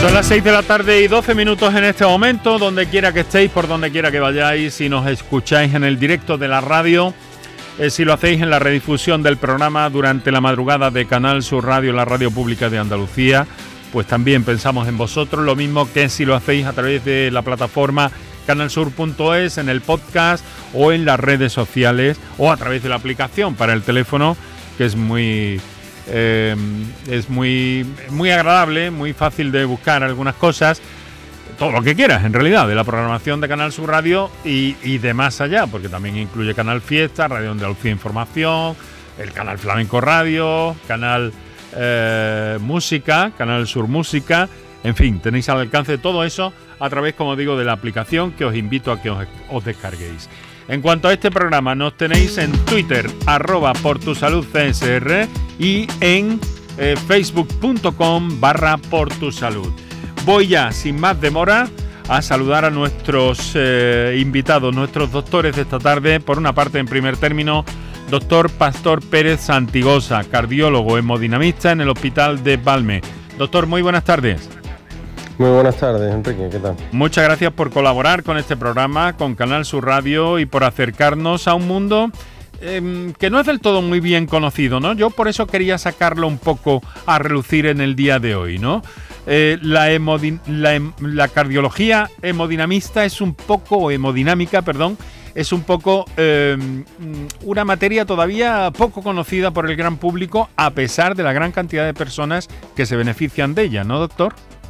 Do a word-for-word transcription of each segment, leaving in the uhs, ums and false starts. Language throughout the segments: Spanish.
Son las seis de la tarde y doce minutos en este momento, donde quiera que estéis, por donde quiera que vayáis, si nos escucháis en el directo de la radio, eh, si lo hacéis en la redifusión del programa durante la madrugada de Canal Sur Radio, la radio pública de Andalucía, pues también pensamos en vosotros, lo mismo que si lo hacéis a través de la plataforma canalsur punto es, en el podcast o en las redes sociales o a través de la aplicación para el teléfono, que es muy... Eh, es muy, muy agradable, muy fácil de buscar algunas cosas, todo lo que quieras en realidad, de la programación de Canal Sur Radio y, y de más allá, porque también incluye Canal Fiesta, Radio Andalucía Información, el Canal Flamenco Radio, Canal eh, Música, Canal Sur Música, en fin, tenéis al alcance todo eso a través, como digo, de la aplicación que os invito a que os, os descarguéis. En cuanto a este programa, nos tenéis en Twitter, arroba por tu salud C S R y en eh, facebook punto com barra por tu salud. Voy ya, sin más demora, a saludar a nuestros eh, invitados, nuestros doctores de esta tarde. Por una parte, en primer término, doctor Pastor Pérez Santigosa, cardiólogo hemodinamista en el Hospital de Valme. Doctor, muy buenas tardes. Muy buenas tardes, Enrique, ¿qué tal? Muchas gracias por colaborar con este programa, con Canal Sur Radio y por acercarnos a un mundo eh, que no es del todo muy bien conocido, ¿no? Yo por eso quería sacarlo un poco a relucir en el día de hoy, ¿no? Eh, la, hemodin- la, hem- la cardiología hemodinamista es un poco, o hemodinámica, perdón, es un poco eh, una materia todavía poco conocida por el gran público, a pesar de la gran cantidad de personas que se benefician de ella, ¿no, doctor?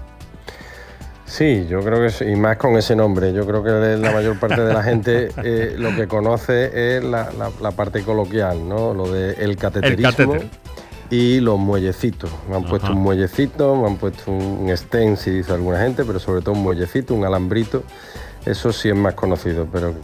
Sí, yo creo que sí, y más con ese nombre. Yo creo que la mayor parte de la gente eh, lo que conoce es la, la, la parte coloquial, ¿no? Lo del cateterismo. El catéter. Y los muellecitos. Me han Ajá. puesto un muellecito, me han puesto un stent, si dice alguna gente, pero sobre todo un muellecito, un alambrito. Eso sí es más conocido, pero...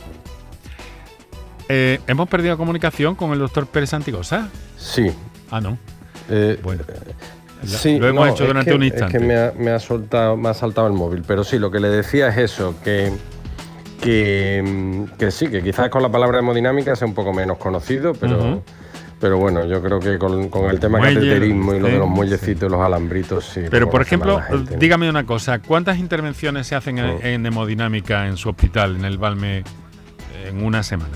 Eh, ¿Hemos perdido comunicación con el doctor Pérez Santigosa? Sí. Ah, no. Eh, Bueno. Sí, lo hemos no, hecho durante es que, un instante. Es que me ha, me ha soltado, me ha saltado el móvil, pero sí, lo que le decía es eso, que, que, que sí, que quizás con la palabra hemodinámica sea un poco menos conocido, pero, uh-huh. pero bueno, yo creo que con, con el tema Muelle, cateterismo y lo de los muellecitos y sí. los alambritos, sí. Pero por ejemplo, gente, dígame ¿no? una cosa, ¿cuántas intervenciones se hacen en, uh-huh. en hemodinámica en su hospital, en el Valme, en una semana?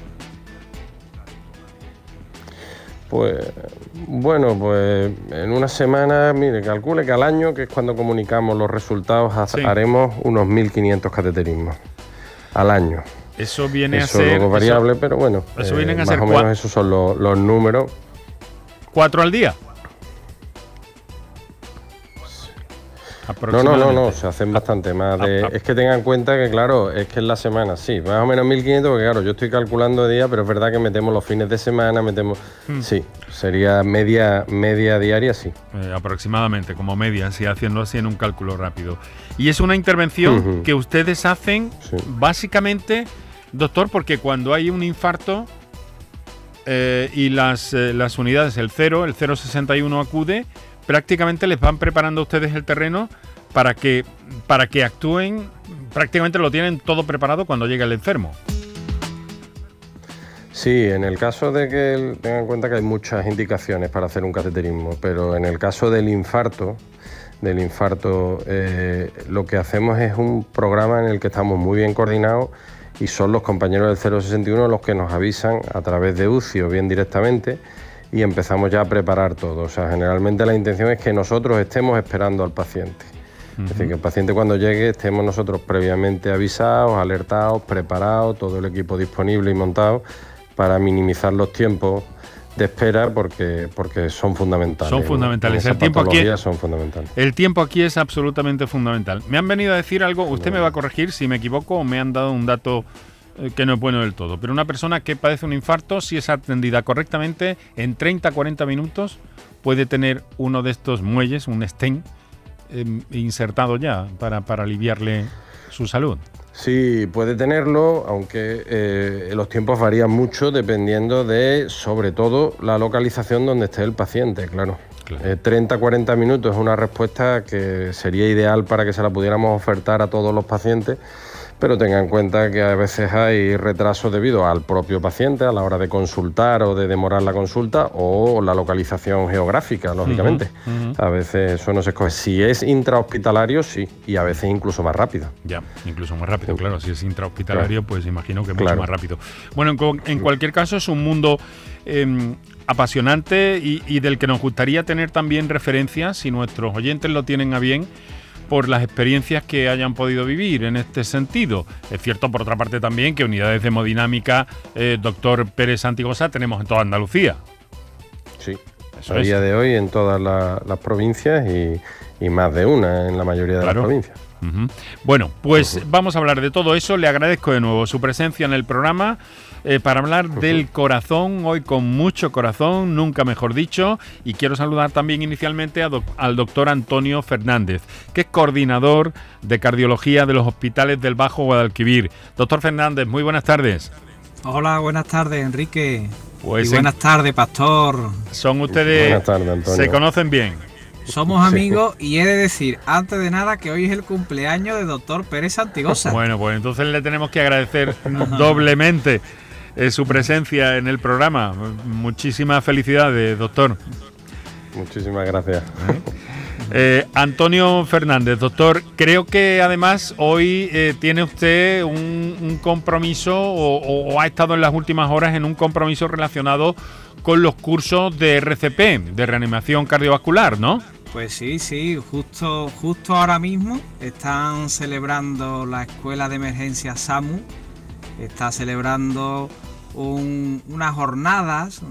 Pues bueno, pues en una semana, mire, calcule que al año, que es cuando comunicamos los resultados, sí. haremos unos mil quinientos cateterismos al año. Eso viene eso a ser... Eso luego variable, eso, pero bueno, eso eh, vienen a más ser o menos esos son los, los números. ¿Cuatro al día? No, no, no, no, se hacen bastante más. De, es que tengan en cuenta que, claro, es que en la semana, sí, más o menos mil quinientos, porque claro, yo estoy calculando de día, pero es verdad que metemos los fines de semana, metemos... Hmm. Sí, sería media media diaria, sí. Eh, aproximadamente, como media, sí, haciendo así en un cálculo rápido. Y es una intervención uh-huh. que ustedes hacen, sí. básicamente, doctor, porque cuando hay un infarto eh, y las, eh, las unidades, el cero, el cero sesenta y uno acude... prácticamente les van preparando a ustedes el terreno para que, para que actúen, prácticamente lo tienen todo preparado cuando llega el enfermo. Sí, en el caso de que, tengan en cuenta que hay muchas indicaciones para hacer un cateterismo, pero en el caso del infarto, del infarto, eh, lo que hacemos es un programa en el que estamos muy bien coordinados y son los compañeros del cero sesenta y uno los que nos avisan a través de U C I o bien directamente, y empezamos ya a preparar todo. O sea, generalmente la intención es que nosotros estemos esperando al paciente. Uh-huh. Es decir, que el paciente cuando llegue estemos nosotros previamente avisados, alertados, preparados, todo el equipo disponible y montado para minimizar los tiempos de espera porque, porque son fundamentales. Son fundamentales. El tiempo, aquí es, son fundamentales. el tiempo aquí es absolutamente fundamental. Me han venido a decir algo, usted no. me va a corregir si me equivoco o me han dado un dato que no es bueno del todo, pero una persona que padece un infarto, si es atendida correctamente, en treinta a cuarenta minutos puede tener uno de estos muelles, un stent, eh, insertado ya para, para aliviarle su salud. Sí, puede tenerlo, aunque eh, los tiempos varían mucho dependiendo de, sobre todo, la localización donde esté el paciente, claro. claro. Eh, treinta a cuarenta minutos es una respuesta que sería ideal para que se la pudiéramos ofertar a todos los pacientes, pero tenga en cuenta que a veces hay retrasos debido al propio paciente a la hora de consultar o de demorar la consulta, o la localización geográfica, lógicamente. Uh-huh, uh-huh. A veces eso no se escoge. Si es intrahospitalario, sí, y a veces incluso más rápido. Ya, incluso más rápido, claro. Si es intrahospitalario, claro, pues imagino que mucho claro. más rápido. Bueno, en, en cualquier caso es un mundo eh, apasionante y, y del que nos gustaría tener también referencias, si nuestros oyentes lo tienen a bien, por las experiencias que hayan podido vivir en este sentido. Es cierto, por otra parte, también que unidades de hemodinámica, eh, doctor Pérez Santigosa, tenemos en toda Andalucía. Sí, Eso a es. día de hoy en todas la, las provincias y, y más de una en la mayoría de claro. las provincias. Uh-huh. Bueno, pues uh-huh. vamos a hablar de todo eso. Le agradezco de nuevo su presencia en el programa eh, para hablar uh-huh. del corazón, hoy con mucho corazón, nunca mejor dicho, y quiero saludar también inicialmente a doc- al doctor Antonio Fernández, que es coordinador de cardiología de los hospitales del Bajo Guadalquivir. Doctor Fernández, muy buenas tardes. Hola, buenas tardes, Enrique. Pues y buenas en... tardes, Pastor. Son ustedes, buenas tardes, Antonio. Se conocen bien. Somos amigos sí. y he de decir, antes de nada, que hoy es el cumpleaños de doctor Pérez Santigosa. Bueno, pues entonces le tenemos que agradecer doblemente eh, su presencia en el programa. Muchísimas felicidades, doctor. Muchísimas gracias. Eh, Antonio Fernández, doctor, creo que además hoy eh, tiene usted un, un compromiso o, o, o ha estado en las últimas horas en un compromiso relacionado con los cursos de R C P, de reanimación cardiovascular, ¿no? Pues sí, sí, justo, justo ahora mismo están celebrando la Escuela de Emergencia SAMU, está celebrando un, unas jornadas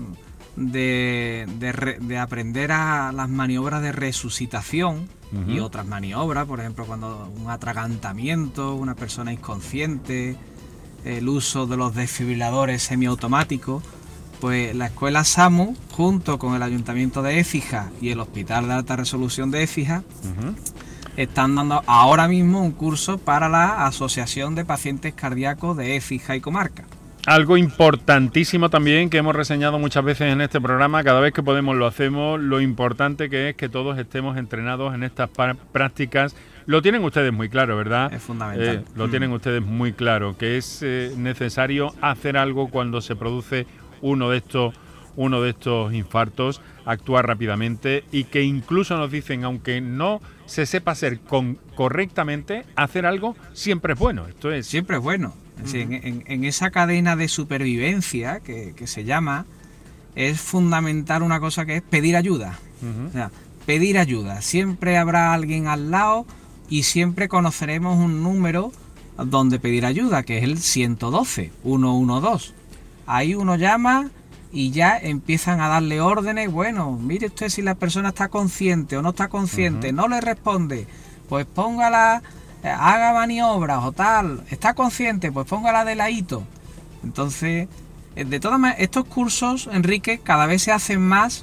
de, de, re, de aprender a las maniobras de resucitación uh-huh. y otras maniobras, por ejemplo, cuando un atragantamiento, una persona inconsciente, el uso de los desfibriladores semiautomáticos. Pues la Escuela SAMU, junto con el Ayuntamiento de Écija y el Hospital de Alta Resolución de Écija, uh-huh. están dando ahora mismo un curso para la Asociación de Pacientes Cardíacos de Écija y Comarca. Algo importantísimo también que hemos reseñado muchas veces en este programa, cada vez que podemos lo hacemos, lo importante que es que todos estemos entrenados en estas prácticas. Lo tienen ustedes muy claro, ¿verdad? Es fundamental. Eh, lo mm. tienen ustedes muy claro, que es eh, necesario hacer algo cuando se produce uno de estos uno de estos infartos, actuar rápidamente y que incluso nos dicen, aunque no se sepa hacer con, correctamente, hacer algo siempre es bueno. Esto es siempre es bueno. Uh-huh. Es decir, en, en esa cadena de supervivencia que, que se llama, es fundamental una cosa que es pedir ayuda. Uh-huh. O sea, pedir ayuda. Siempre habrá alguien al lado y siempre conoceremos un número donde pedir ayuda, que es el ciento doce, ciento doce. Ahí uno llama y ya empiezan a darle órdenes. Bueno, mire usted si la persona está consciente o no está consciente, uh-huh. no le responde, pues póngala, eh, haga maniobras o tal. Está consciente, pues póngala de ladito. Entonces, de todas maneras, estos cursos, Enrique, cada vez se hacen más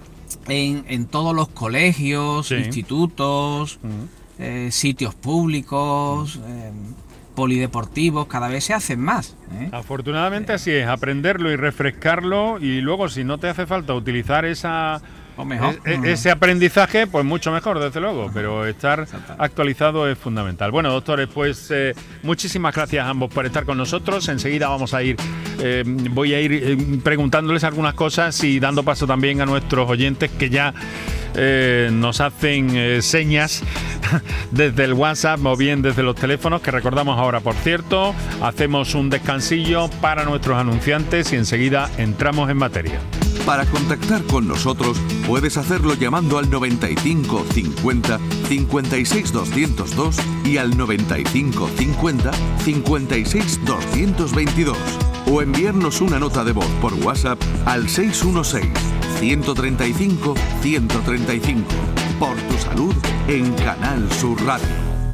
en, en todos los colegios, sí. institutos, uh-huh. eh, sitios públicos, uh-huh. eh, polideportivos, cada vez se hacen más, ¿eh? Afortunadamente eh, así es, aprenderlo y refrescarlo, y luego si no te hace falta utilizar esa o mejor, es, uh-huh. ese aprendizaje, pues mucho mejor, desde luego, uh-huh. pero estar actualizado es fundamental. Bueno, doctores, pues eh, muchísimas gracias a ambos por estar con nosotros. Enseguida vamos a ir, eh, voy a ir eh, preguntándoles algunas cosas y dando paso también a nuestros oyentes que ya Eh, nos hacen eh, señas desde el WhatsApp o bien desde los teléfonos, que recordamos ahora, por cierto. Hacemos un descansillo para nuestros anunciantes y enseguida entramos en materia. Para contactar con nosotros puedes hacerlo llamando al noventa y cinco cincuenta cincuenta y seis doscientos dos y al noventa y cinco cincuenta cincuenta y seis doscientos veintidós o enviarnos una nota de voz por WhatsApp al seis uno seis ciento treinta y cinco ciento treinta y cinco. Por tu salud en Canal Sur Radio.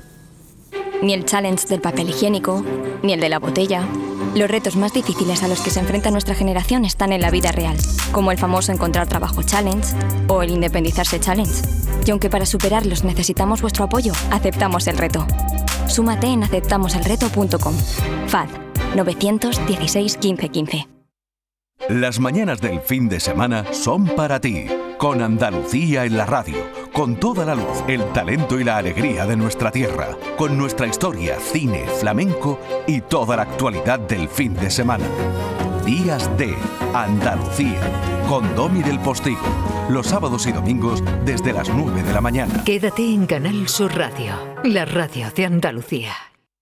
Ni el challenge del papel higiénico, ni el de la botella. Los retos más difíciles a los que se enfrenta nuestra generación están en la vida real, como el famoso encontrar trabajo challenge o el independizarse challenge. Y aunque para superarlos necesitamos vuestro apoyo, aceptamos el reto. Súmate en aceptamos el reto punto com. F A D nueve uno seis, quince, quince. Las mañanas del fin de semana son para ti, con Andalucía en la radio, con toda la luz, el talento y la alegría de nuestra tierra, con nuestra historia, cine, flamenco y toda la actualidad del fin de semana. Días de Andalucía, con Domi del Postigo, los sábados y domingos desde las nueve de la mañana. Quédate en Canal Sur Radio, la radio de Andalucía.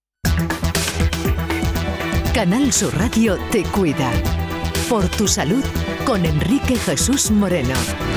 Canal Sur Radio te cuida. Por tu salud, con Enrique Jesús Moreno.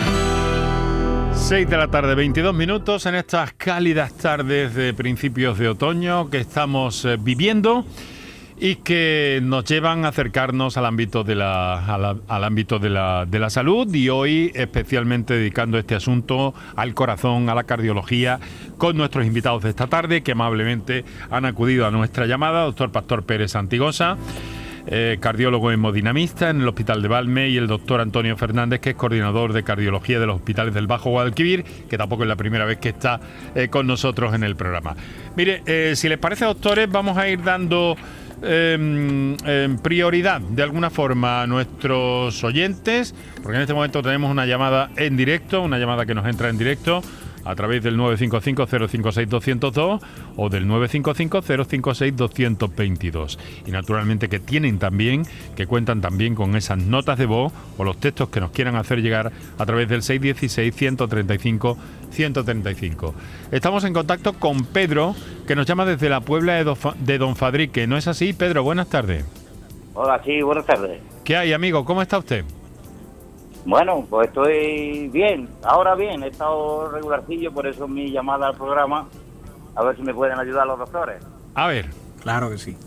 seis de la tarde, veintidós minutos, en estas cálidas tardes de principios de otoño que estamos eh, viviendo y que nos llevan a acercarnos al ámbito de la, a la, al ámbito de la, de la salud, y hoy especialmente dedicando este asunto al corazón, a la cardiología, con nuestros invitados de esta tarde que amablemente han acudido a nuestra llamada: doctor Pastor Pérez Santigosa, Eh, cardiólogo hemodinamista en el Hospital de Valme, y el doctor Antonio Fernández, que es coordinador de cardiología de los hospitales del Bajo Guadalquivir, que tampoco es la primera vez que está eh, con nosotros en el programa. Mire, eh, si les parece, doctores, vamos a ir dando eh, eh, prioridad de alguna forma a nuestros oyentes, porque en este momento tenemos una llamada en directo, una llamada que nos entra en directo a través del nueve cinco cinco, cero cinco seis, dos cero dos o del nueve cinco cinco, cero cinco seis, dos dos dos. Y naturalmente que tienen también, que cuentan también con esas notas de voz o los textos que nos quieran hacer llegar a través del seis uno seis, uno tres cinco, uno tres cinco. Estamos en contacto con Pedro, que nos llama desde la Puebla de, Dofa, de Don Fadrique. ¿No es así, Pedro? Buenas tardes. Hola, sí, buenas tardes. ¿Qué hay, amigo? ¿Cómo está usted? Bueno, pues estoy bien, ahora bien, he estado regularcillo, por eso mi llamada al programa, a ver si me pueden ayudar los doctores. A ver. Claro que sí.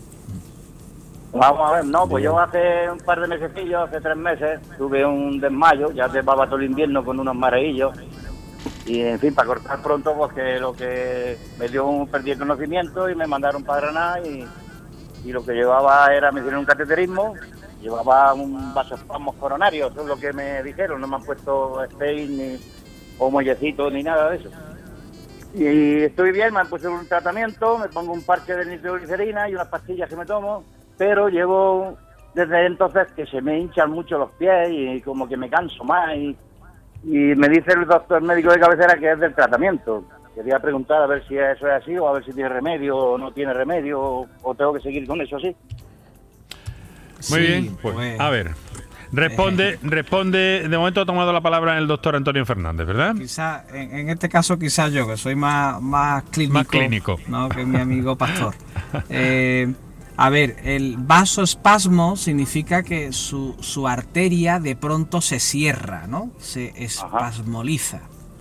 Vamos a ver, no, pues yo hace un par de mesecillos, hace tres meses, tuve un desmayo, ya llevaba todo el invierno con unos mareillos, y en fin, para cortar pronto, pues que lo que me dio un perdí el conocimiento y me mandaron para Granada, y, y lo que llevaba era, me hicieron un cateterismo. Llevaba un vasospasmos coronarios, eso es lo que me dijeron, no me han puesto Stein ni o mollecito ni nada de eso. Y estoy bien, me han puesto un tratamiento, me pongo un parche de nitroglicerina y unas pastillas que me tomo, pero llevo desde entonces que se me hinchan mucho los pies y como que me canso más, y, y me dice el doctor médico de cabecera que es del tratamiento. Quería preguntar a ver si eso es así, o a ver si tiene remedio o no tiene remedio, o, o tengo que seguir con eso así. Muy Sí, bien, pues, pues, a ver, responde, eh, responde, de momento ha tomado la palabra el doctor Antonio Fernández, ¿verdad? Quizá, en, en este caso quizás yo, que soy más, más clínico, Más clínico. ¿no? Que mi amigo Pastor. Eh, a ver, el vasoespasmo significa que su, su arteria de pronto se cierra, ¿no? Se espasmoliza.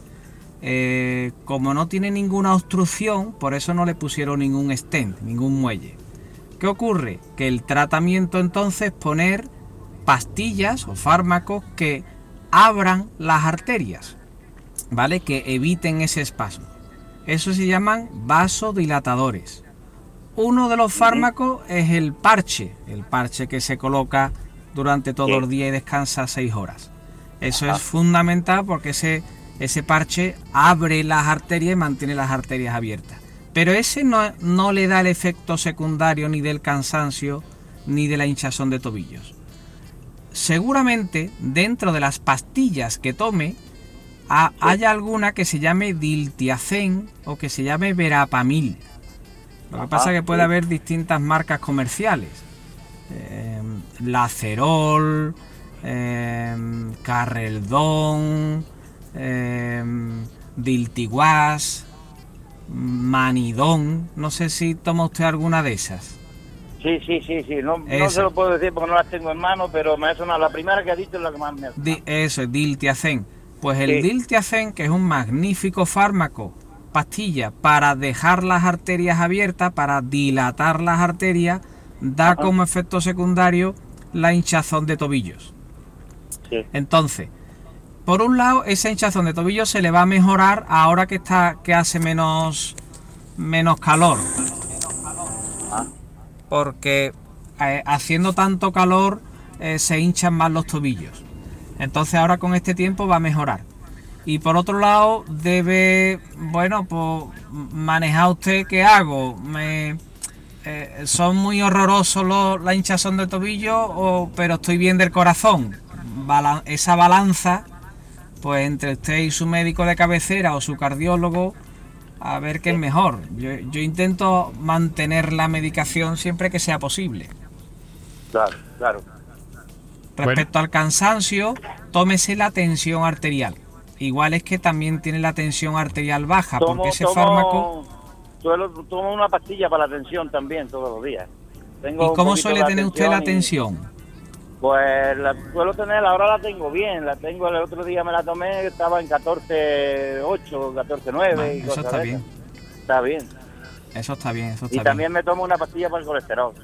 Eh, como no tiene ninguna obstrucción, por eso no le pusieron ningún stent, ningún muelle. ¿Qué ocurre? Que el tratamiento entonces es poner pastillas o fármacos que abran las arterias, ¿vale? Que eviten ese espasmo. Eso se llaman vasodilatadores. Uno de los fármacos es el parche, el parche que se coloca durante todo el día y descansa seis horas. Eso es fundamental porque ese, ese parche abre las arterias y mantiene las arterias abiertas. Pero ese no, no le da el efecto secundario ni del cansancio ni de la hinchazón de tobillos. Seguramente dentro de las pastillas que tome ha, haya alguna que se llame Diltiazem o que se llame Verapamil. Lo que pasa es que puede haber distintas marcas comerciales. Eh, Lacerol, eh, Carreldon, eh, Diltiwas, Manidón, no sé si toma usted alguna de esas. Sí, sí, sí, sí, no, no se lo puedo decir porque no las tengo en mano, pero me ha sonado, la primera que ha dicho es la que más me ha sonado. Eso es Diltiazem. Pues el Sí. Diltiazem, que es un magnífico fármaco, pastilla para dejar las arterias abiertas, para dilatar las arterias, da Ajá. como efecto secundario la hinchazón de tobillos. Sí. Entonces, por un lado, esa hinchazón de tobillos se le va a mejorar ahora que está que hace menos menos calor. Porque eh, haciendo tanto calor eh, se hinchan más los tobillos. Entonces ahora con este tiempo va a mejorar. Y por otro lado, debe, bueno, pues manejar usted qué hago. Me, eh, son muy horrorosos los, la hinchazón de tobillo, o, pero estoy bien del corazón. Bala- esa balanza pues entre usted y su médico de cabecera o su cardiólogo, a ver qué es mejor. Yo, yo intento mantener la medicación siempre que sea posible. Claro, claro. Respecto Bueno. al cansancio, tómese la tensión arterial. Igual es que también tiene la tensión arterial baja, Tomo, porque ese tomo, fármaco... suelo, tomo una pastilla para la tensión también todos los días. Tengo ¿Y un cómo poquito suele la tener usted la y- tensión? Pues la suelo tener, ahora la tengo bien, la tengo, el otro día me la tomé, estaba en catorce ocho, catorce nueve Vale, y eso cosas está de bien. esas. Está bien. Eso está bien, eso está Y bien. también me tomo una pastilla para el colesterol.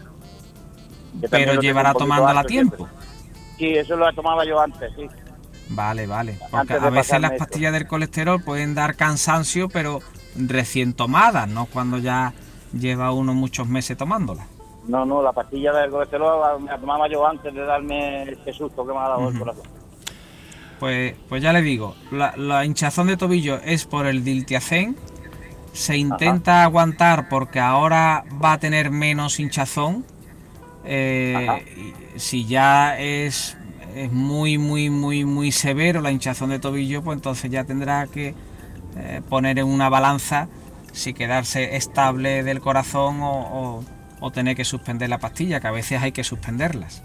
Que también Pero lo tengo llevará un poquito tomándola a alto tiempo. siempre. Sí, eso lo tomaba yo antes, sí. Vale, vale. Porque Antes de a veces pasarme las esto. pastillas del colesterol pueden dar cansancio, pero recién tomadas, no cuando ya lleva uno muchos meses tomándolas. No, no, la pastilla del colesterol la tomaba yo antes de darme ese susto que me ha dado el Ujú. corazón. Pues, pues ya le digo, la, la hinchazón de tobillo es por el diltiazem. Se intenta aguantar porque ahora va a tener menos hinchazón. Eh, Ajá. y si ya es, es muy, muy, muy, muy severo la hinchazón de tobillo, pues entonces ya tendrá que eh, poner en una balanza si quedarse estable del corazón o, o, o tener que suspender la pastilla, que a veces hay que suspenderlas.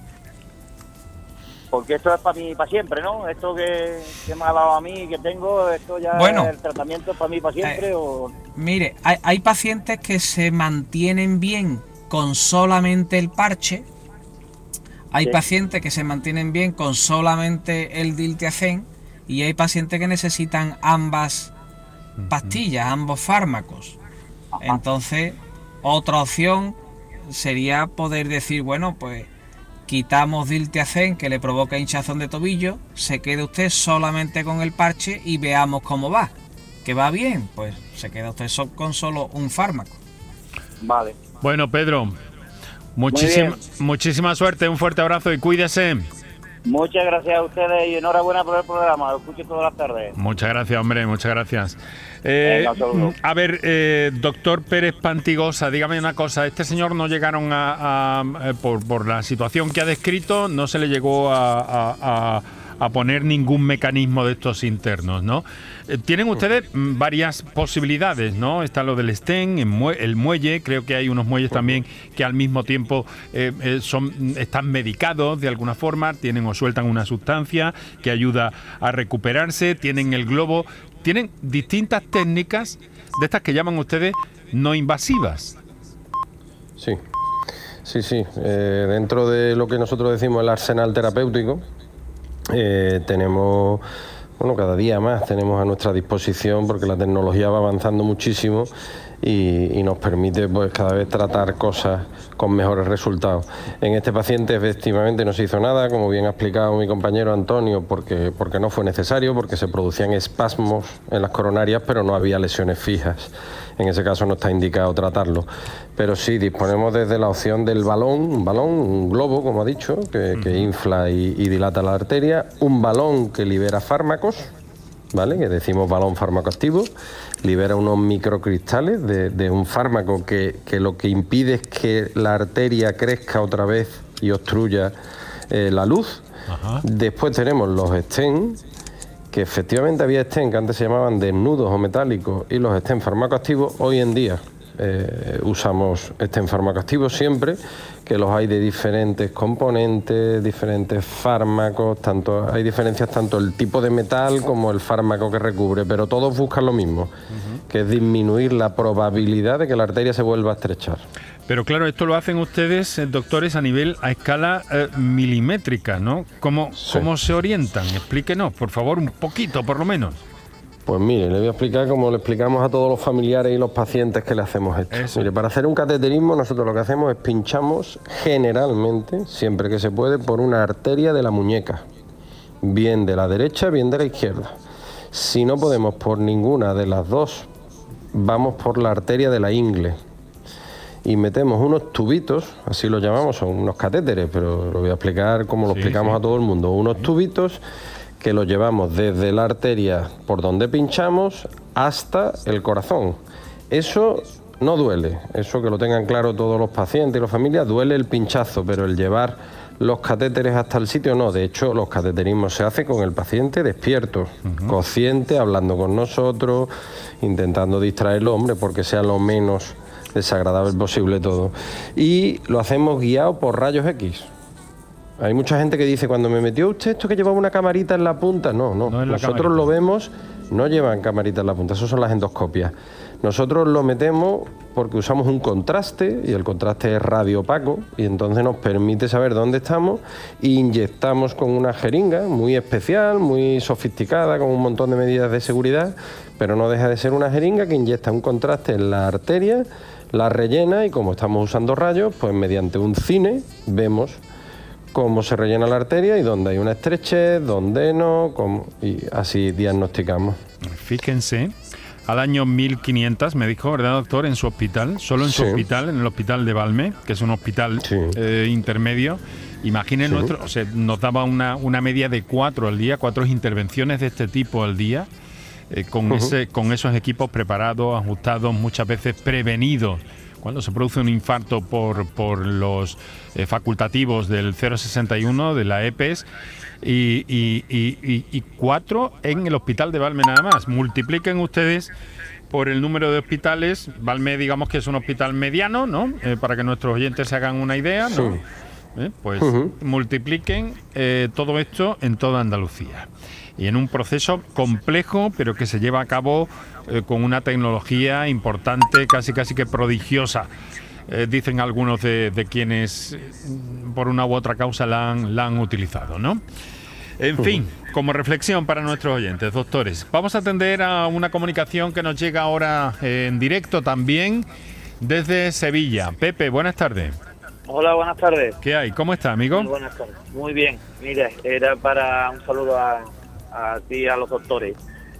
Porque esto es para mí, para siempre, ¿no? Esto que, que me ha dado a mí, que tengo, esto ya Bueno. el tratamiento es para mí, para siempre, Eh, o... Mire, hay, hay pacientes que se mantienen bien con solamente el parche. Hay Sí. pacientes que se mantienen bien con solamente el diltiazem y hay pacientes que necesitan ambas pastillas, ambos fármacos. Entonces, otra opción sería poder decir, bueno, pues quitamos diltiazem que le provoca hinchazón de tobillo, se quede usted solamente con el parche y veamos cómo va. ¿Que va bien? Pues se queda usted so- con solo un fármaco. Vale. Bueno, Pedro, muchísima, bien. muchísima suerte, un fuerte abrazo y cuídese. Muchas gracias a ustedes y enhorabuena por el programa, lo escucho todas las tardes. Muchas gracias, hombre, muchas gracias. Eh, Venga, un saludo. a ver, eh, doctor Pérez Pantigosa, dígame una cosa. Este señor no llegaron a, a- eh, por, por la situación que ha descrito, no se le llegó a, a- a- a poner ningún mecanismo de estos internos, ¿no? Eh, tienen ustedes mm, varias posibilidades, ¿no? Está lo del stent, el, mue- el muelle, creo que hay unos muelles también que al mismo tiempo eh, eh, son, están medicados de alguna forma, tienen o sueltan una sustancia que ayuda a recuperarse, tienen el globo, tienen distintas técnicas de estas que llaman ustedes no invasivas. Sí, sí, sí. Eh, dentro de lo que nosotros decimos el arsenal terapéutico, eh, tenemos, bueno, cada día más tenemos a nuestra disposición porque la tecnología va avanzando muchísimo y, y nos permite pues cada vez tratar cosas con mejores resultados. En este paciente efectivamente no se hizo nada, como bien ha explicado mi compañero Antonio, porque, porque no fue necesario, porque se producían espasmos en las coronarias, pero no había lesiones fijas. En ese caso no está indicado tratarlo. Pero sí, disponemos desde la opción del balón, un balón, un globo, como ha dicho, que, que infla y, y dilata la arteria, un balón que libera fármacos, ¿vale? Que decimos balón farmacoactivo, libera unos microcristales de, de un fármaco que, que lo que impide es que la arteria crezca otra vez y obstruya eh, la luz. Ajá. Después tenemos los stents, que efectivamente había stents que antes se llamaban desnudos o metálicos, y los stents farmacoactivos hoy en día eh, usamos stents farmacoactivos siempre, que los hay de diferentes componentes, diferentes fármacos, tanto hay diferencias tanto el tipo de metal como el fármaco que recubre, pero todos buscan lo mismo, uh-huh. que es disminuir la probabilidad de que la arteria se vuelva a estrechar. Pero claro, esto lo hacen ustedes, eh, doctores, a nivel, a escala eh, milimétrica, ¿no? ¿Cómo, Sí. ¿Cómo se orientan? Explíquenos, por favor, un poquito, por lo menos. Pues mire, le voy a explicar como le explicamos a todos los familiares y los pacientes que le hacemos esto. Eso. Mire, para hacer un cateterismo nosotros lo que hacemos es pinchamos generalmente, siempre que se puede, por una arteria de la muñeca, bien de la derecha, bien de la izquierda. Si no podemos por ninguna de las dos, vamos por la arteria de la ingle y metemos unos tubitos, así lo llamamos, son unos catéteres, pero lo voy a explicar como lo Sí, explicamos sí. a todo el mundo, unos tubitos que los llevamos desde la arteria por donde pinchamos hasta el corazón. Eso no duele, eso que lo tengan claro todos los pacientes y las familias, duele el pinchazo, pero el llevar los catéteres hasta el sitio, no. De hecho, los cateterismos se hacen con el paciente despierto, uh-huh. consciente, hablando con nosotros, intentando distraerlo, hombre, porque sea lo menos desagradable posible todo. Y lo hacemos guiado por rayos X. Hay mucha gente que dice, cuando me metió usted esto que llevaba una camarita en la punta, no, no, no nosotros lo vemos, no llevan camarita en la punta, eso son las endoscopias. Nosotros lo metemos porque usamos un contraste y el contraste es radiopaco y entonces nos permite saber dónde estamos e inyectamos con una jeringa muy especial, muy sofisticada, con un montón de medidas de seguridad, pero no deja de ser una jeringa que inyecta un contraste en la arteria, la rellena y como estamos usando rayos, pues mediante un cine vemos cómo se rellena la arteria y dónde hay una estrechez, dónde no, cómo, y así diagnosticamos. Fíjense, al año mil quinientos, me dijo, ¿verdad, doctor? En su hospital, solo en su sí. hospital, en el hospital de Valme, que es un hospital sí. eh, intermedio. Imaginen, sí. nuestro, o sea, nos daba una, una media de cuatro al día, cuatro intervenciones de este tipo al día, eh, con, uh-huh. ese, con esos equipos preparados, ajustados, muchas veces prevenidos. Cuando se produce un infarto por, por los eh, facultativos del cero sesenta y uno, de la E P E S, y, y, y, y cuatro en el hospital de Valme nada más. Multipliquen ustedes por el número de hospitales. Valme, digamos que es un hospital mediano, ¿no? Eh, para que nuestros oyentes se hagan una idea, ¿no? Sí. Eh, pues uh-huh. multipliquen eh, todo esto en toda Andalucía. Y en un proceso complejo, pero que se lleva a cabo eh, con una tecnología importante, casi casi que prodigiosa, eh, dicen algunos de, de quienes eh, por una u otra causa la han, la han utilizado, ¿no? En fin, como reflexión para nuestros oyentes, doctores, vamos a atender a una comunicación que nos llega ahora eh, en directo también desde Sevilla. Pepe, buenas tardes. Hola, buenas tardes. ¿Qué hay? ¿Cómo está, amigo? Muy buenas tardes. Muy bien. Mira, era para un saludo a, a ti y a los doctores.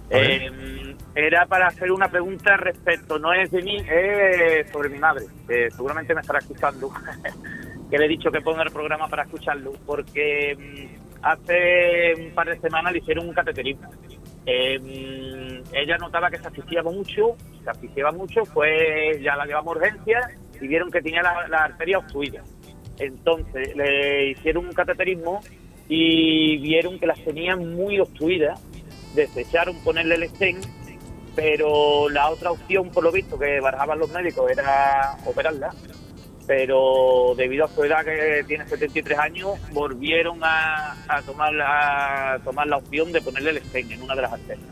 Eh, era para hacer una pregunta respecto, no es de mí, es sobre mi madre, que seguramente me estará escuchando, que le he dicho que ponga el programa para escucharlo, porque hace un par de semanas le hicieron un cateterismo. Eh, ella notaba que se asfixiaba mucho, se asfixiaba mucho, pues ya la llevamos a urgencias y vieron que tenía la, la arteria obstruida. Entonces le hicieron un cateterismo y vieron que las tenían muy obstruidas, desecharon ponerle el stent, pero la otra opción, por lo visto, que barajaban los médicos era operarla, pero debido a su edad, que tiene setenta y tres años, volvieron a, a, tomar, la, a tomar la opción de ponerle el stent en una de las arterias.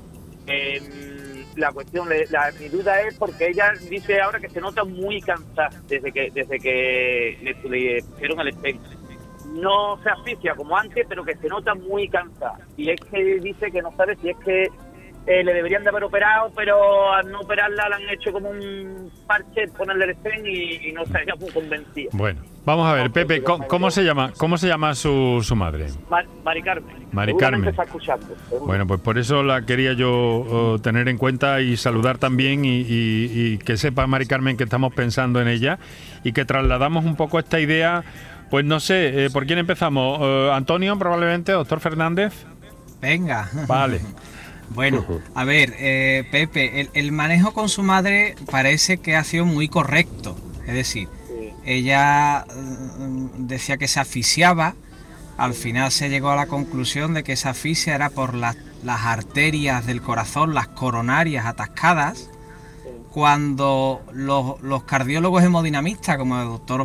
Eh, la cuestión, la, mi duda es porque ella dice ahora que se nota muy cansada desde que desde que le, le pusieron el stent. No se asfixia como antes, pero que se nota muy cansada. Y es que dice que no sabe si es que eh, le deberían de haber operado, pero al no operarla la han hecho como un parche, ponerle el stent y, y no se haya muy convencida. Bueno, vamos a ver, no, Pepe, ¿cómo, ¿cómo se llama cómo se llama su, su madre? Mar, Mari Carmen. Mari Carmen. Está escuchando, bueno, pues por eso la quería yo uh, tener en cuenta y saludar también y, y, y que sepa Mari Carmen que estamos pensando en ella y que trasladamos un poco esta idea. Pues no sé, eh, ¿por quién empezamos? Uh, Antonio, probablemente, doctor Fernández. Venga. Vale. Bueno, a ver, eh, Pepe, el, el manejo con su madre parece que ha sido muy correcto. Es decir, sí. ella uh, decía que se asfixiaba, al final se llegó a la conclusión de que esa asfixia era por la, las arterias del corazón, las coronarias atascadas, cuando los, los cardiólogos hemodinamistas, como el doctor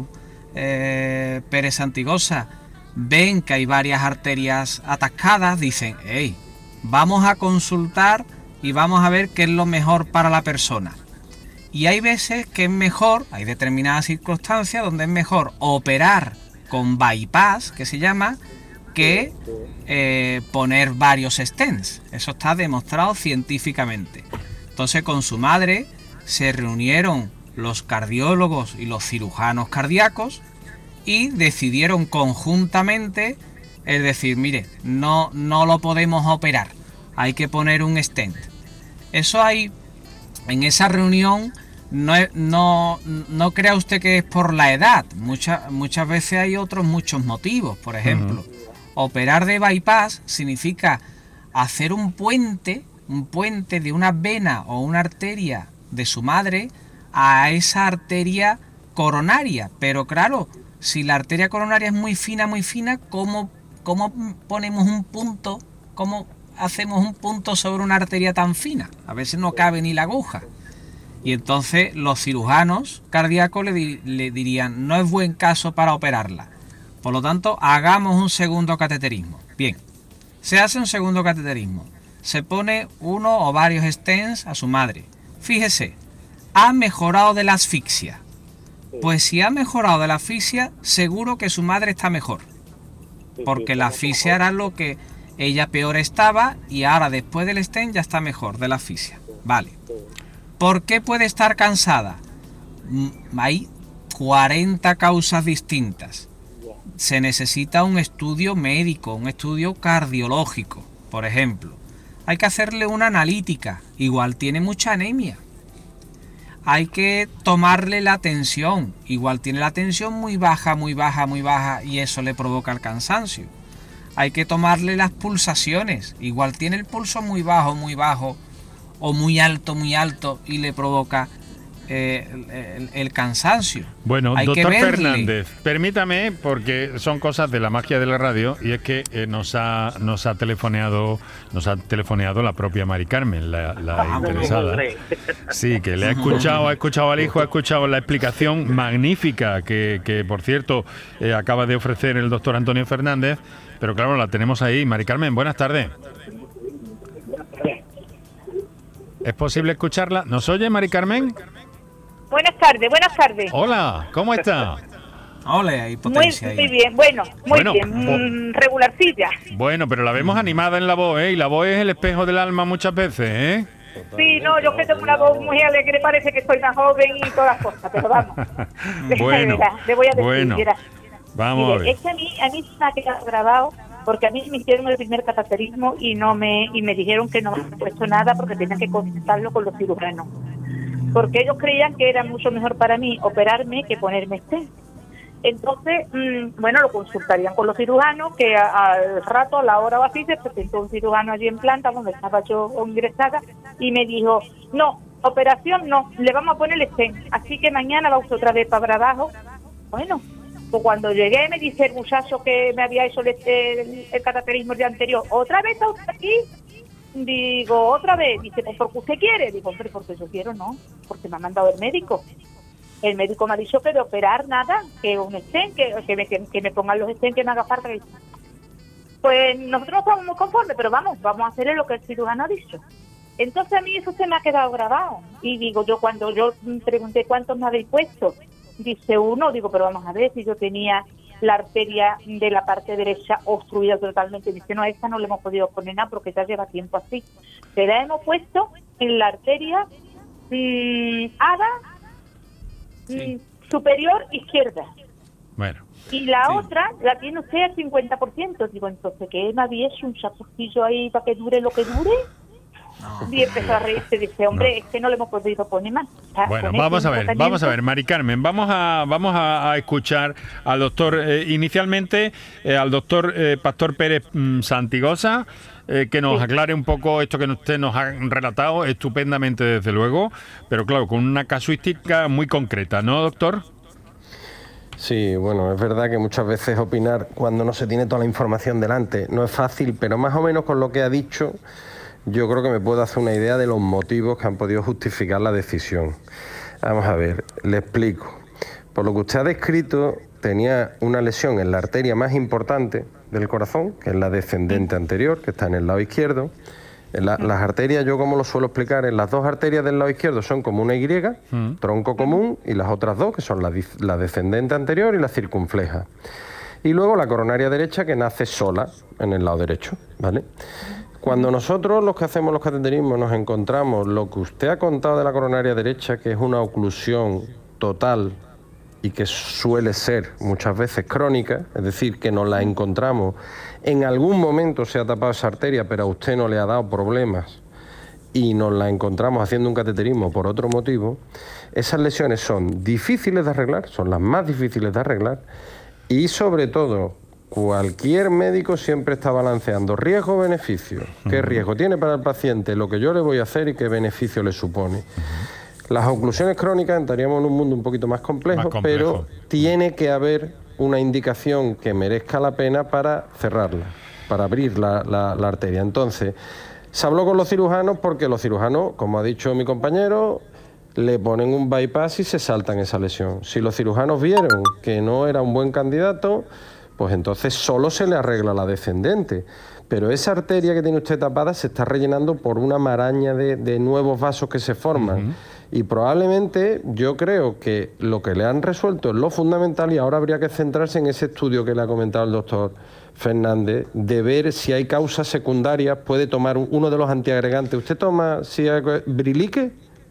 Eh, Pérez Santigosa, ven que hay varias arterias atascadas, dicen, hey, vamos a consultar y vamos a ver qué es lo mejor para la persona. Y hay veces que es mejor, hay determinadas circunstancias donde es mejor operar con bypass, que se llama, que eh, poner varios stents. Eso está demostrado científicamente. Entonces con su madre se reunieron los cardiólogos y los cirujanos cardíacos y decidieron conjuntamente, es decir, mire, no, no lo podemos operar, hay que poner un stent. Eso hay, en esa reunión, no, no, no crea usted que es por la edad, muchas, muchas veces hay otros muchos motivos. Por ejemplo, uh-huh. operar de bypass significa hacer un puente, un puente de una vena o una arteria de su madre a esa arteria coronaria, pero claro, si la arteria coronaria es muy fina, muy fina, ¿cómo, cómo ponemos un punto? ¿Cómo hacemos un punto sobre una arteria tan fina? A veces no cabe ni la aguja. Y entonces los cirujanos cardíacos le, di, le dirían, no es buen caso para operarla. Por lo tanto, hagamos un segundo cateterismo. Bien, se hace un segundo cateterismo. Se pone uno o varios stents a su madre. Fíjese, ha mejorado de la asfixia. Pues si ha mejorado de la asfixia, seguro que su madre está mejor. Porque la asfixia era lo que ella peor estaba y ahora después del stent ya está mejor de la asfixia. Vale. ¿Por qué puede estar cansada? Hay cuarenta causas distintas. Se necesita un estudio médico, un estudio cardiológico, por ejemplo. Hay que hacerle una analítica, igual tiene mucha anemia. Hay que tomarle la tensión, igual tiene la tensión muy baja, muy baja, muy baja y eso le provoca el cansancio. Hay que tomarle las pulsaciones, igual tiene el pulso muy bajo, muy bajo o muy alto, muy alto y le provoca eh, el, el, el cansancio. Bueno, Hay doctor que verle. Fernández, permítame, porque son cosas de la magia de la radio, y es que eh, nos ha nos ha telefoneado nos ha telefoneado la propia Mari Carmen, la, la interesada. Sí, que le ha escuchado, ha escuchado al hijo, ha escuchado la explicación magnífica que, que por cierto, eh, acaba de ofrecer el doctor Antonio Fernández, pero claro, la tenemos ahí. Mari Carmen, buenas tardes. ¿Es posible escucharla? ¿Nos oye, Mari Carmen? Buenas tardes, buenas tardes. Hola, ¿cómo está? Hola, hay potencia muy, ahí. muy bien, bueno, muy Bueno, bien, mm, regularcilla. Bueno, pero la vemos animada en la voz, ¿eh? Y la voz es el espejo del alma muchas veces, ¿eh? Sí, no, yo que tengo una voz muy alegre, parece que soy más joven y todas las cosas, pero vamos. Bueno, le voy a decir, bueno, mira, vamos mire, a ver. es que a mí, a mí se me ha quedado grabado porque a mí me hicieron el primer cateterismo y no me y me dijeron que no me habían puesto nada porque tenían que consultarlo con los cirujanos. Porque ellos creían que era mucho mejor para mí operarme que ponerme stent. Entonces, mmm, bueno, lo consultarían con los cirujanos, que a, al rato, a la hora o así, se presentó un cirujano allí en planta, donde estaba yo ingresada, y me dijo, no, operación no, le vamos a poner el stent, así que mañana va usted otra vez para abajo. Bueno, pues cuando llegué me dice el muchacho que me había hecho el, el, el cateterismo el día anterior, ¿otra vez está usted aquí? Digo, otra vez. Dice, pues porque usted quiere. Digo, hombre, porque yo quiero, no, porque me ha mandado el médico. El médico me ha dicho que de operar nada, que un stent, que, que, me, que, que me pongan los stents, que me haga falta. Pues nosotros no estamos muy conformes, pero vamos, vamos a hacerle lo que el cirujano ha dicho. Entonces a mí eso se me ha quedado grabado. Y digo, yo cuando yo pregunté cuántos me habéis puesto, dice uno, digo, pero vamos a ver, si yo tenía la arteria de la parte derecha obstruida totalmente. Dice, no, a esta no le hemos podido poner nada porque ya lleva tiempo así. Se la hemos puesto en la arteria mmm, ADA sí. mmm, superior izquierda. Bueno. Y la Sí. otra la tiene usted al cincuenta por ciento. Digo, entonces, ¿qué me había hecho un chapucillo ahí para que dure lo que dure? No. Y empezó a reírse, dice, hombre, no. es que no le hemos podido poner más. Está bueno, vamos a ver, vamos a ver, Mari Carmen, vamos a vamos a, a escuchar al doctor, eh, inicialmente eh, al doctor eh, Pastor Pérez mm, Santigosa, eh, que nos sí. aclare un poco esto que usted nos ha relatado, estupendamente desde luego, pero claro, con una casuística muy concreta, ¿no, doctor? Sí, bueno, es verdad que muchas veces opinar cuando no se tiene toda la información delante no es fácil, pero más o menos con lo que ha dicho, yo creo que me puedo hacer una idea de los motivos que han podido justificar la decisión. Vamos a ver, le explico. Por lo que usted ha descrito, tenía una lesión en la arteria más importante del corazón, que es la descendente anterior, que está en el lado izquierdo. En la, las arterias, yo como lo suelo explicar, en las dos arterias del lado izquierdo son como una Y, mm. tronco común, y las otras dos, que son la, la descendente anterior y la circunfleja. Y luego la coronaria derecha, que nace sola en el lado derecho, ¿vale? Cuando nosotros los que hacemos los cateterismos nos encontramos lo que usted ha contado de la coronaria derecha, que es una oclusión total y que suele ser muchas veces crónica, es decir, que nos la encontramos, en algún momento se ha tapado esa arteria, pero a usted no le ha dado problemas y nos la encontramos haciendo un cateterismo por otro motivo, esas lesiones son difíciles de arreglar, son las más difíciles de arreglar y sobre todo, cualquier médico siempre está balanceando riesgo-beneficio. ¿Qué riesgo tiene para el paciente lo que yo le voy a hacer y qué beneficio le supone? Las oclusiones crónicas entraríamos en un mundo un poquito más complejo, más complejo. pero tiene que haber una indicación que merezca la pena para cerrarla, para abrir la, la, la arteria. Entonces, se habló con los cirujanos porque los cirujanos, como ha dicho mi compañero, le ponen un bypass y se saltan esa lesión. Si los cirujanos vieron que no era un buen candidato, pues entonces solo se le arregla la descendente. Pero esa arteria que tiene usted tapada se está rellenando por una maraña de, de nuevos vasos que se forman. Uh-huh. Y probablemente yo creo que lo que le han resuelto es lo fundamental, y ahora habría que centrarse en ese estudio que le ha comentado el doctor Fernández, de ver si hay causas secundarias. Puede tomar uno de los antiagregantes. ¿Usted toma si hay, Brilique?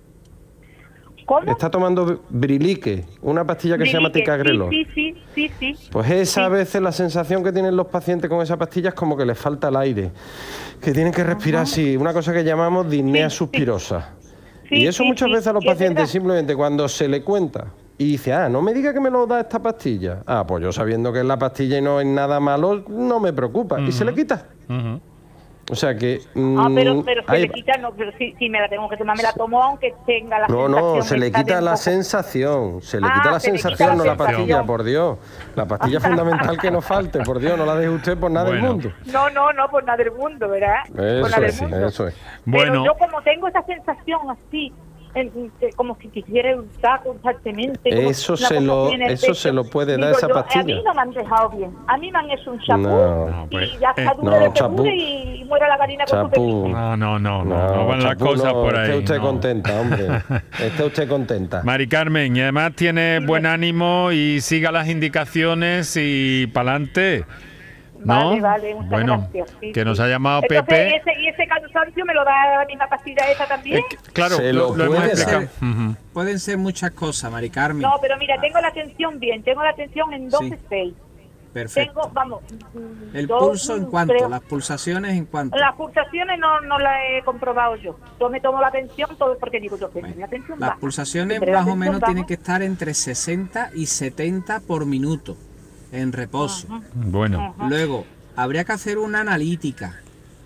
¿Cómo? Está tomando Brilique, una pastilla que Brilique, se llama ticagrelor. Sí, sí, sí, sí, sí. Pues esa sí. a veces la sensación que tienen los pacientes con esa pastilla es como que les falta el aire, que tienen que respirar uh-huh. así, una cosa que llamamos disnea sí, suspirosa. Sí. Y eso sí, muchas sí, veces a los pacientes simplemente cuando se le cuenta y dice, ah, no me diga que me lo da esta pastilla. Ah, pues yo sabiendo que es la pastilla y no es nada malo, no me preocupa. Uh-huh. Y se le quita. Uh-huh. O sea que... Mmm, ah, pero, pero se hay... le quita, no, pero si, si me la tengo que tomar, me la tomo aunque tenga la no, sensación. No, se le quita la poco... sensación, se le ah, quita la se sensación, quita la no sensación. La pastilla, por Dios. La pastilla es fundamental que no falte, por Dios, no la deje usted por nada bueno. del mundo. No, no, no, por nada del mundo, ¿verdad? Eso por nada es, del mundo. eso es. Bueno. Pero yo como tengo esa sensación así, En, como si quisiera usar constantemente. Eso se lo, eso se lo puede dar esa yo, pastilla. A mí no me han dejado bien. A mí me han hecho un chapú no, y ya está duro de seguro y, y muere la gallina con su pepino. No, no, no, no, no van las cosas no, por ahí. Esté usted no. contenta, hombre. Esté usted contenta. Mari Carmen, y además tiene buen ánimo y siga las indicaciones y pa'lante. ¿No? Vale, vale, muchas bueno, gracias. Sí, que sí. nos ha llamado Entonces, Pepe. Ese, ¿y ese cansancio me lo da la misma pastilla esa también? Eh, claro, Se lo, lo lo hemos puede explicado. Ser, uh-huh. Pueden ser muchas cosas, Mari Carmen. No, pero mira, tengo la tensión bien, tengo la tensión en doce seis. Sí. Perfecto. Tengo, vamos, ¿El dos, pulso en cuánto? Creo, ¿Las pulsaciones en cuánto? Las pulsaciones no, no las he comprobado yo. Yo me tomo la tensión todo porque digo yo que bueno, la tensión Las baja. pulsaciones Entre más la o menos baja. tienen que estar entre sesenta y setenta por minuto en reposo. Uh-huh. Bueno. Uh-huh. Luego, habría que hacer una analítica.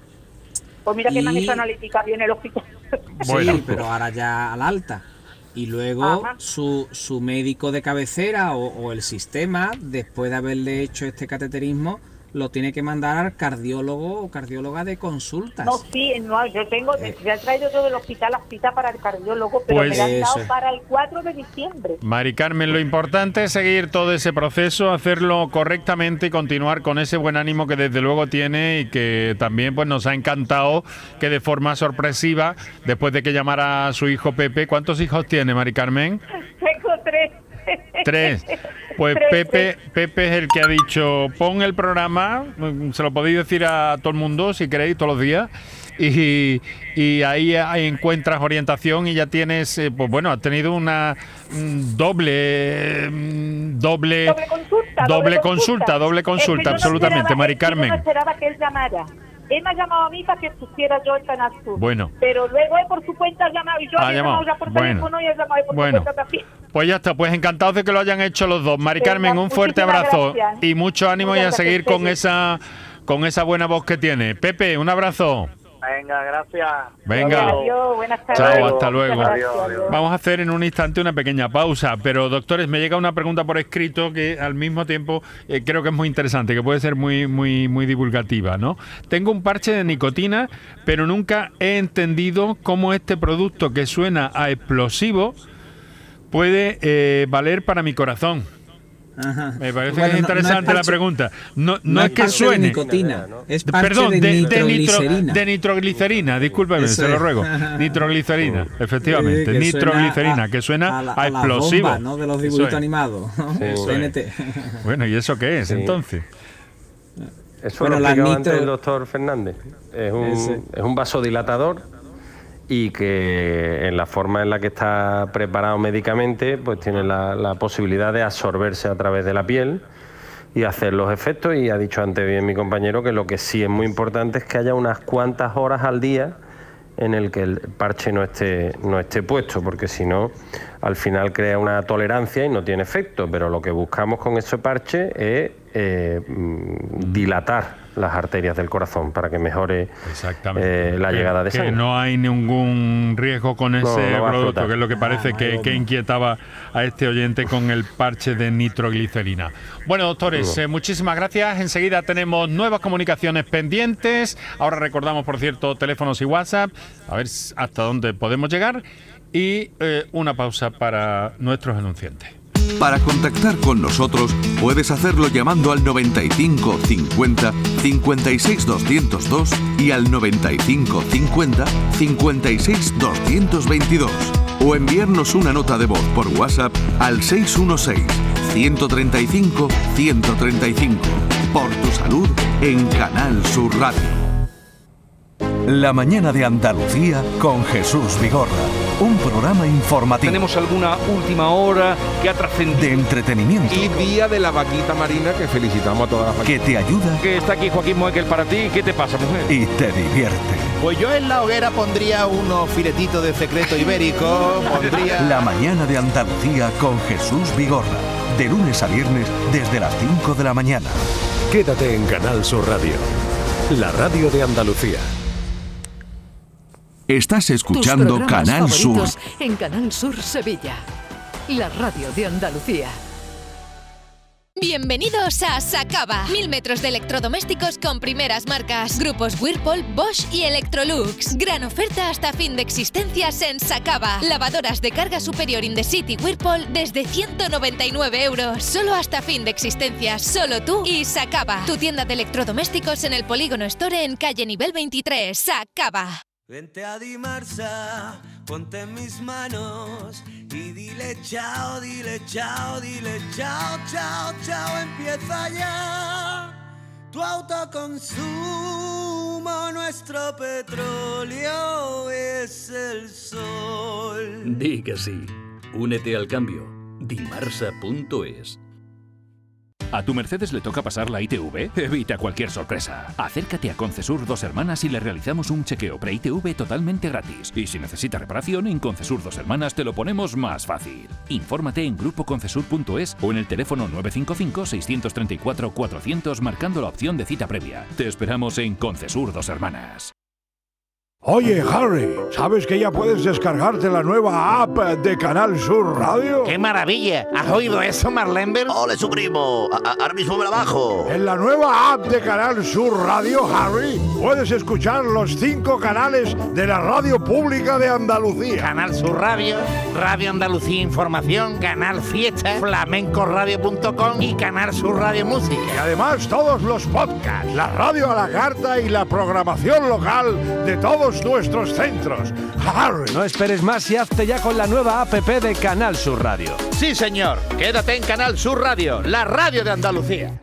Pues mira y... que me han hecho analítica bien en el hospital. Bueno, sí, pero ahora ya al alta. Y luego su, su médico de cabecera o, o el sistema, después de haberle hecho este cateterismo, lo tiene que mandar al cardiólogo o cardióloga de consultas. No, sí, no, yo tengo, eh. ya he traído yo del hospital la cita para el cardiólogo, pero pues me la han dado eso. para el cuatro de diciembre. Mari Carmen, lo importante es seguir todo ese proceso, hacerlo correctamente y continuar con ese buen ánimo que desde luego tiene y que también pues nos ha encantado que de forma sorpresiva, después de que llamara a su hijo Pepe, ¿cuántos hijos tiene Mari Carmen? Tengo tres. Tres. Pues tres, Pepe, tres. Pepe es el que ha dicho, pon el programa, se lo podéis decir a todo el mundo si queréis todos los días, y, y ahí, ahí encuentras orientación y ya tienes, eh, pues bueno, has tenido una mm, doble, mm, doble, doble consulta, doble, doble consulta, consulta, doble consulta, es que yo no absolutamente, esperaba, Mari es que yo Carmen. no esperaba que él llamara. Él me ha llamado a mí para que pusiera yo el Canal Sur. Bueno. Pero luego él por su cuenta ha llamado y yo Ha había llamado. llamado ya por Bueno. teléfono y él llamado por Bueno. su cuenta también. Pues ya está, pues encantados de que lo hayan hecho los dos. Mari Venga, Carmen, un fuerte muchísimas abrazo gracias. y mucho ánimo y a Muchas seguir gracias, con Pepe. esa con esa buena voz que tiene. Pepe, un abrazo. Venga, gracias. Venga. Adiós, buenas tardes. Chao, Adiós. hasta luego. Muchas Adiós, gracias. adiós. Vamos a hacer en un instante una pequeña pausa, pero doctores, me llega una pregunta por escrito que al mismo tiempo eh, creo que es muy interesante, que puede ser muy muy muy divulgativa, ¿no? Tengo un parche de nicotina, pero nunca he entendido cómo este producto que suena a explosivo puede eh, valer para mi corazón. Ajá. Me parece Bueno, que es no- no interesante parche- la pregunta. No, no, no es que parche de suene. nicotina, es parche Perdón, de, de, de, nitro- nitroglicerina. de nitroglicerina, discúlpeme, Eso se lo es. ruego. Nitroglicerina, efectivamente, Sí, que nitroglicerina, suena a- que suena a, la, a, a la explosivo. bomba, ¿no? De los Eso dibujitos es. animados, ¿no? Sí, eso T N es. T. Bueno, ¿y eso qué es Sí. entonces? Eso Bueno, lo la explicaba nitro- antes el doctor Fernández. Es un, Ese. es un vasodilatador y que en la forma en la que está preparado médicamente, pues tiene la, la posibilidad de absorberse a través de la piel y hacer los efectos. Y ha dicho antes bien mi compañero que lo que sí es muy importante es que haya unas cuantas horas al día en el que el parche no esté, no esté puesto, porque si no, al final crea una tolerancia y no tiene efecto. Pero lo que buscamos con ese parche es eh, dilatar las arterias del corazón para que mejore eh, la llegada de sangre. Que no hay ningún riesgo con ese no, no producto, que es lo que parece ah, que, que inquietaba a este oyente con el parche de nitroglicerina. Bueno, doctores, no. eh, muchísimas gracias. Enseguida tenemos nuevas comunicaciones pendientes. Ahora recordamos, por cierto, teléfonos y WhatsApp, a ver hasta dónde podemos llegar. Y eh, una pausa para nuestros anunciantes. Para contactar con nosotros puedes hacerlo llamando al noventa y cinco cincuenta cincuenta y seis doscientos dos y al noventa y cinco cincuenta cincuenta y seis doscientos veintidós o enviarnos una nota de voz por WhatsApp al seis uno seis uno tres cinco uno tres cinco. Por tu salud en Canal Sur Radio. La mañana de Andalucía con Jesús Vigorra. Un programa informativo. Tenemos alguna última hora que ha trascendido. De entretenimiento. Y día de la vaquita marina, que felicitamos a todas las vaquitas. Que te ayuda. Que está aquí Joaquín Moekel para ti. ¿Qué te pasa, mujer? Y te divierte. Pues yo en la hoguera pondría unos filetitos de secreto ibérico. Pondría... La mañana de Andalucía con Jesús Vigorra. De lunes a viernes desde las cinco de la mañana. Quédate en Canal Sur Radio. La radio de Andalucía. Estás escuchando Canal Sur. En Canal Sur Sevilla, la radio de Andalucía. Bienvenidos a Sacaba. Mil metros de electrodomésticos con primeras marcas. Grupos Whirlpool, Bosch y Electrolux. Gran oferta hasta fin de existencias en Sacaba. Lavadoras de carga superior in the city Whirlpool desde ciento noventa y nueve euros. Solo hasta fin de existencias. Solo tú y Sacaba. Tu tienda de electrodomésticos en el Polígono Store en calle nivel veintitrés. Sacaba. Vente a Dimarsa, ponte en mis manos y dile chao, dile chao, dile chao, chao, chao, empieza ya. Tu autoconsumo, nuestro petróleo es el sol. Di que sí, únete al cambio, dimarsa punto es. ¿A tu Mercedes le toca pasar la I T V? Evita cualquier sorpresa. Acércate a Concesur Dos Hermanas y le realizamos un chequeo pre-I T V totalmente gratis. Y si necesita reparación, en Concesur Dos Hermanas te lo ponemos más fácil. Infórmate en grupo concesur punto es o en el teléfono nueve cinco cinco, seis tres cuatro, cuatrocientos marcando la opción de cita previa. Te esperamos en Concesur Dos Hermanas. Oye, Harry, ¿sabes que ya puedes descargarte la nueva app de Canal Sur Radio? ¡Qué maravilla! ¿Has oído eso, Marlenber? ¡Ole, su primo! A ahora mismo me la bajo. En la nueva app de Canal Sur Radio, Harry, puedes escuchar los cinco canales de la radio pública de Andalucía. Canal Sur Radio, Radio Andalucía Información, Canal Fiesta, flamenco radio punto com y Canal Sur Radio Música. Y además todos los podcasts, la radio a la carta y la programación local de todos nuestros centros. Harry. No esperes más y hazte ya con la nueva app de Canal Sur Radio. Sí, señor. Quédate en Canal Sur Radio, la radio de Andalucía.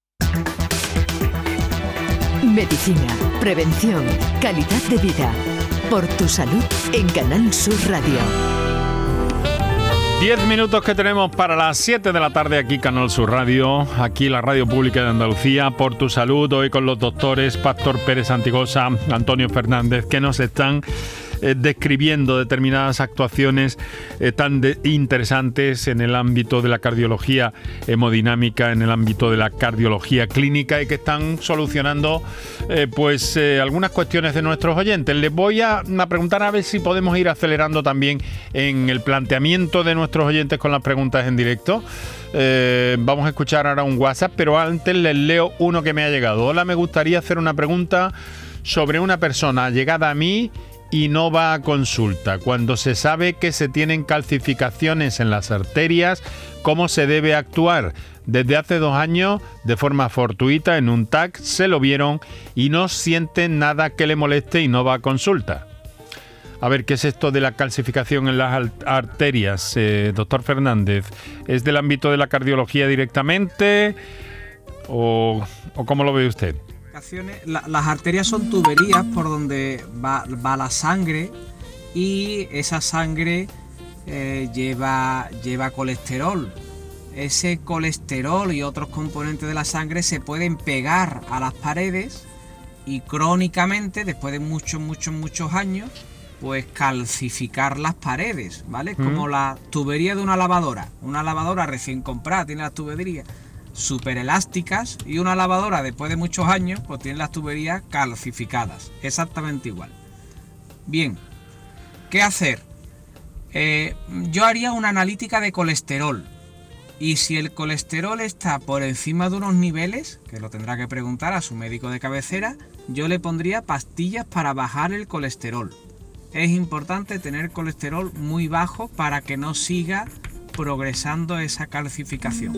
Medicina, prevención, calidad de vida. Por tu salud en Canal Sur Radio. Diez minutos que tenemos para las siete de la tarde aquí Canal Sur Radio, aquí la radio pública de Andalucía, por tu salud, hoy con los doctores Pastor Pérez Antigosa, Antonio Fernández, que nos están eh, describiendo determinadas actuaciones eh, tan de, interesantes en el ámbito de la cardiología hemodinámica, en el ámbito de la cardiología clínica y que están solucionando eh, pues eh, algunas cuestiones de nuestros oyentes. Les voy a, a preguntar a ver si podemos ir acelerando también en el planteamiento de nuestros oyentes con las preguntas en directo. Eh, vamos a escuchar ahora un WhatsApp, pero antes les leo uno que me ha llegado. Hola, me gustaría hacer una pregunta sobre una persona llegada a mí y no va a consulta. Cuando se sabe que se tienen calcificaciones en las arterias, ¿cómo se debe actuar? Desde hace dos años, de forma fortuita, en un T A C, se lo vieron y no siente nada que le moleste y no va a consulta. A ver, ¿qué es esto de la calcificación en las arterias, eh, doctor Fernández? ¿Es del ámbito de la cardiología directamente o, o cómo lo ve usted? La, las arterias son tuberías por donde va, va la sangre y esa sangre eh, lleva, lleva colesterol. Ese colesterol y otros componentes de la sangre se pueden pegar a las paredes y crónicamente, después de muchos, muchos, muchos años, pues calcificar las paredes, ¿vale? Mm. Como la tubería de una lavadora. Una lavadora recién comprada, tiene las tuberías. súper elásticas, y una lavadora después de muchos años pues tiene las tuberías calcificadas, exactamente igual. Bien, ¿qué hacer? Eh, yo haría una analítica de colesterol, y si el colesterol está por encima de unos niveles, que lo tendrá que preguntar a su médico de cabecera, yo le pondría pastillas para bajar el colesterol. Es importante tener colesterol muy bajo para que no siga progresando esa calcificación.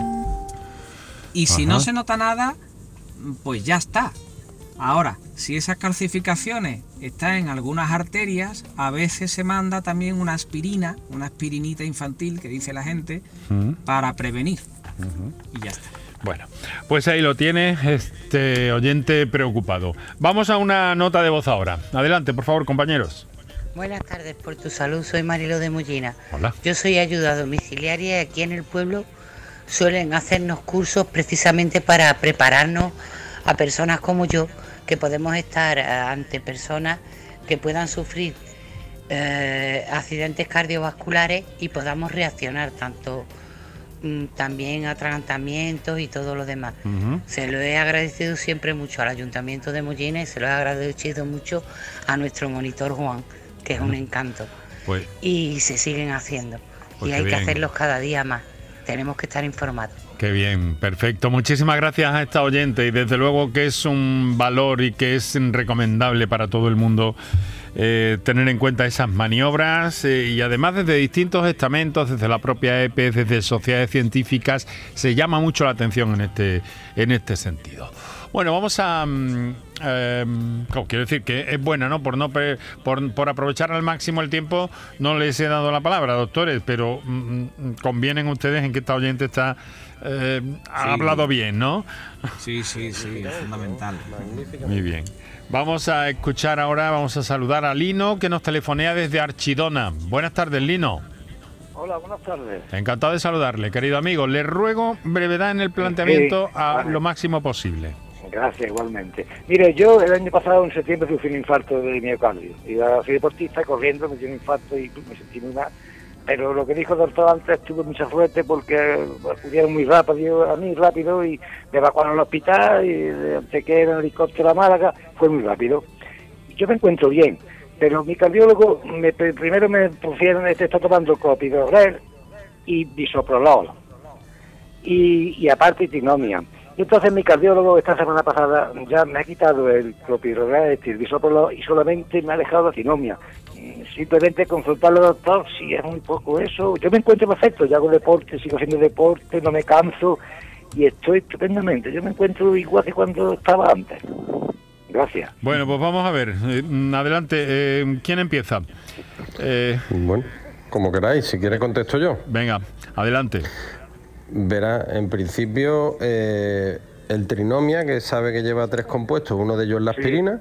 Y si Ajá. no se nota nada, pues ya está. Ahora, si esas calcificaciones están en algunas arterias, a veces se manda también una aspirina, una aspirinita infantil, que dice la gente, Uh-huh. para prevenir. Uh-huh. Y ya está. Bueno, pues ahí lo tiene este oyente preocupado. Vamos a una nota de voz ahora. Adelante, por favor, compañeros. Buenas tardes, por tu salud, soy Marilo de Mollina. Hola. Yo soy ayuda domiciliaria y aquí en el pueblo suelen hacernos cursos precisamente para prepararnos a personas como yo, que podemos estar eh, ante personas que puedan sufrir eh, accidentes cardiovasculares y podamos reaccionar tanto mm, también a atragantamientos y todo lo demás. Uh-huh. Se lo he agradecido siempre mucho al Ayuntamiento de Mollina y se lo he agradecido mucho a nuestro monitor Juan, que es un encanto. Pues, Y se siguen haciendo. Pues y qué hay que bien. hacerlos cada día más. Tenemos que estar informados. qué bien, perfecto. Muchísimas gracias a esta oyente, y desde luego que es un valor y que es recomendable para todo el mundo eh, tener en cuenta esas maniobras, eh, y además desde distintos estamentos, desde la propia E P E, desde sociedades científicas, se llama mucho la atención en este, en este sentido. Bueno, vamos a... mm, eh, claro, quiero decir que es buena, ¿no? Por, no pe- por, por aprovechar al máximo el tiempo, no les he dado la palabra, doctores, pero mm, mm, convienen ustedes en que esta oyente está... Eh, ha Sí. hablado bien, ¿no? Sí, sí, sí, es fundamental. Muy bien. Vamos a escuchar ahora, vamos a saludar a Lino, que nos telefonea desde Archidona. Buenas tardes, Lino. Hola, buenas tardes. Encantado de saludarle, querido amigo. Le ruego brevedad en el planteamiento Sí, a vale. lo máximo posible. Gracias, igualmente. Mire, yo el año pasado, en septiembre, sufrí un infarto de miocardio. Iba, fui deportista, corriendo, me dio un infarto y me sentí muy mal. Pero lo que dijo el doctor antes, tuve mucha suerte porque acudieron muy rápido a mí, rápido, y me evacuaron al hospital, y de Antequera en helicóptero a Málaga, fue muy rápido. Yo me encuentro bien, pero mi cardiólogo me, primero me pusieron, este está tomando clopidogrel y bisoprolol, y, y aparte tinomia. Y entonces mi cardiólogo esta semana pasada ya me ha quitado el clopidogrel, el bisoprolol, y solamente me ha dejado la tinomia. Simplemente consultarlo al doctor si es muy poco eso. Yo me encuentro perfecto, yo hago deporte, sigo haciendo deporte, no me canso y estoy estupendamente. Yo me encuentro igual que cuando estaba antes. Gracias. Bueno, pues vamos a ver. Eh, adelante, eh, ¿quién empieza? Eh, Bueno, como queráis, si quiere contesto yo. Venga, adelante. Verá, en principio, eh, el trinomia, que sabe que lleva tres compuestos, uno de ellos es la aspirina,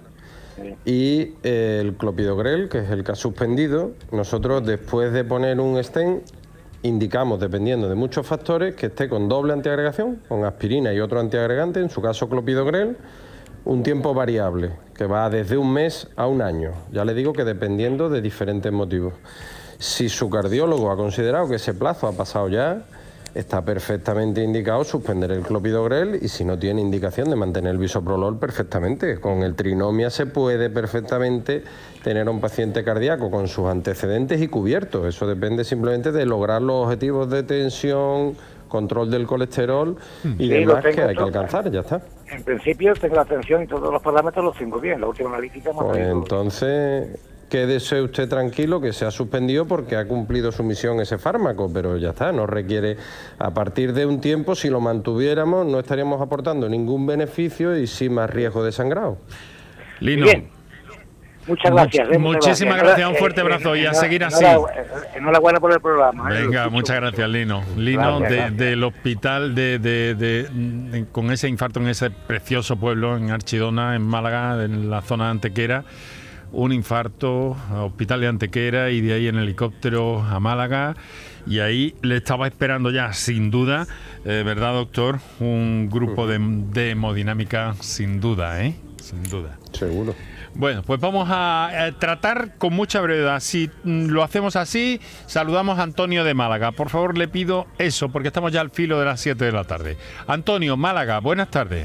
y eh, el clopidogrel, que es el que ha suspendido. Nosotros, después de poner un stent, indicamos, dependiendo de muchos factores, que esté con doble antiagregación, con aspirina y otro antiagregante, en su caso clopidogrel, un tiempo variable, que va desde un mes a un año. Ya le digo que dependiendo de diferentes motivos. Si su cardiólogo ha considerado que ese plazo ha pasado ya, está perfectamente indicado suspender el clopidogrel, y si no tiene indicación de mantener el bisoprolol, perfectamente. Con el trinomia se puede perfectamente tener a un paciente cardíaco con sus antecedentes y cubierto. Eso depende simplemente de lograr los objetivos de tensión, control del colesterol y Sí, demás lo tengo que hay que todo. alcanzar, ya está. En principio tengo la atención y todos los parámetros los tengo bien. La última analítica hemos Pues tenido. entonces, quédese usted tranquilo que se ha suspendido porque ha cumplido su misión ese fármaco, pero ya está, no requiere, a partir de un tiempo, si lo mantuviéramos, no estaríamos aportando ningún beneficio y sí más riesgo de sangrado. Lino. Bien. Muchas gracias. Much- eh, muchas muchísimas gracias, un fuerte abrazo y a seguir así. enhorabuena- Enhorabuena por el programa. eh, Venga, lo muchas escucho. gracias, Lino. Lino, Gracias, de- gracias. del hospital de, de- de- de- con ese infarto en ese precioso pueblo, en Archidona, en Málaga, en la zona de Antequera. Un infarto, hospital de Antequera, y de ahí en helicóptero a Málaga. Y ahí le estaba esperando ya, sin duda, eh, ¿verdad, doctor? Un grupo de, de hemodinámica, sin duda, ¿eh? Sin duda. Seguro. Bueno, pues vamos a, a tratar con mucha brevedad. Si mm, lo hacemos así, saludamos a Antonio de Málaga. Por favor, le pido eso, porque estamos ya al filo de las siete de la tarde. Antonio, Málaga, buenas tardes.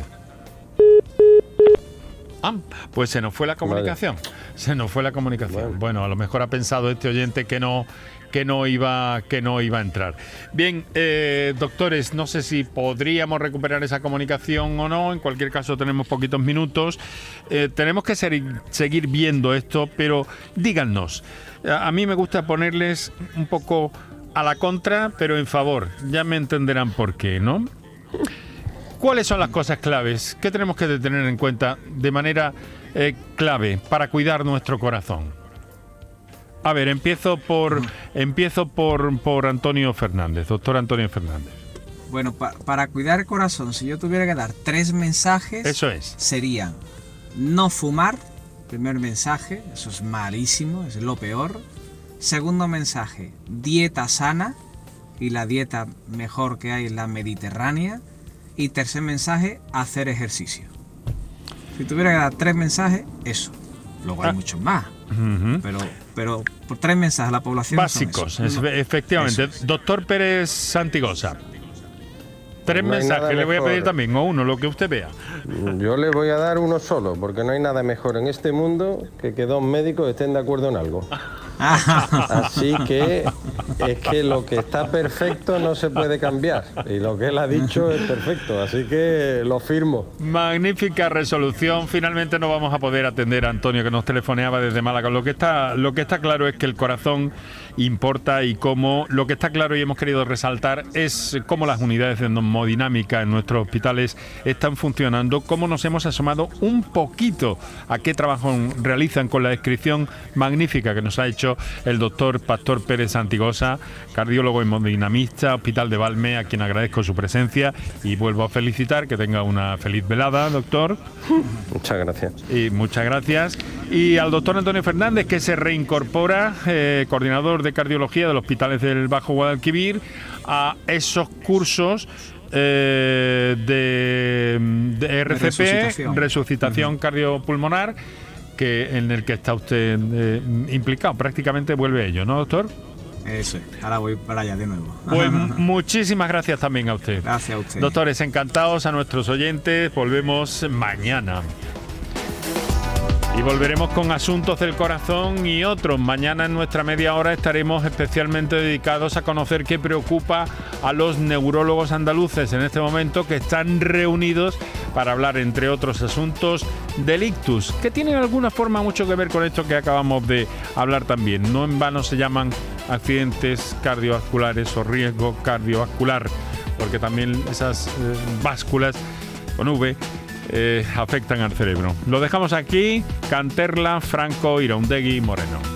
Ah, pues se nos fue la comunicación. Vale. Se nos fue la comunicación. Bueno. bueno, a lo mejor ha pensado este oyente que no... que no iba que no iba a entrar. Bien, eh, doctores, no sé si podríamos recuperar esa comunicación o no. En cualquier caso, tenemos poquitos minutos. Eh, tenemos que ser, seguir viendo esto, pero díganos. A, a mí me gusta ponerles un poco a la contra, pero en favor. Ya me entenderán por qué, ¿no? ¿Cuáles son las cosas claves? ¿Qué tenemos que tener en cuenta de manera eh, clave para cuidar nuestro corazón? A ver, empiezo por empiezo por, por Antonio Fernández, doctor Antonio Fernández. Bueno, pa, para cuidar el corazón, si yo tuviera que dar tres mensajes, eso es. Serían no fumar, primer mensaje, eso es malísimo, es lo peor. Segundo mensaje, dieta sana, y la dieta mejor que hay es la mediterránea. Y tercer mensaje, hacer ejercicio. Si tuviera que dar tres mensajes, eso. Luego hay ah. muchos más. Uh-huh. Pero, pero por tres mensajes a la población básicos, es, efectivamente. Es. Doctor Pérez Santigosa, tres no mensajes le voy a pedir también, o uno, lo que usted vea. Yo le voy a dar uno solo, porque no hay nada mejor en este mundo que que dos médicos estén de acuerdo en algo. Así que es que lo que está perfecto no se puede cambiar, y lo que él ha dicho es perfecto, así que lo firmo. Magnífica resolución. Finalmente no vamos a poder atender a Antonio, que nos telefoneaba desde Málaga. Lo que está, lo que está claro es que el corazón importa, y cómo lo que está claro y hemos querido resaltar es cómo las unidades de hemodinámica en nuestros hospitales están funcionando, cómo nos hemos asomado un poquito a qué trabajo realizan con la descripción magnífica que nos ha hecho el doctor Pastor Pérez Santigosa, cardiólogo hemodinamista, Hospital de Valme, a quien agradezco su presencia y vuelvo a felicitar. Que tenga una feliz velada, doctor. Muchas gracias. Y muchas gracias. Y al doctor Antonio Fernández, que se reincorpora, eh, coordinador de cardiología de los hospitales del Bajo Guadalquivir, a esos cursos eh, de, de R C P, de resucitación, resucitación uh-huh. cardiopulmonar, que en el que está usted eh, implicado. Prácticamente vuelve a ello, ¿no, doctor? Eso, ahora voy para allá de nuevo. Pues muchísimas gracias también a usted. Gracias a usted. Doctores, encantados. A nuestros oyentes, volvemos mañana. Y volveremos con asuntos del corazón y otros. Mañana en nuestra media hora estaremos especialmente dedicados a conocer qué preocupa a los neurólogos andaluces en este momento, que están reunidos para hablar, entre otros asuntos, del ictus, que tiene de alguna forma mucho que ver con esto que acabamos de hablar también. No en vano se llaman accidentes cardiovasculares o riesgo cardiovascular, porque también esas eh, básculas con V Eh, afectan al cerebro. Lo dejamos aquí. Canterla, Franco, Iraundegui, Moreno.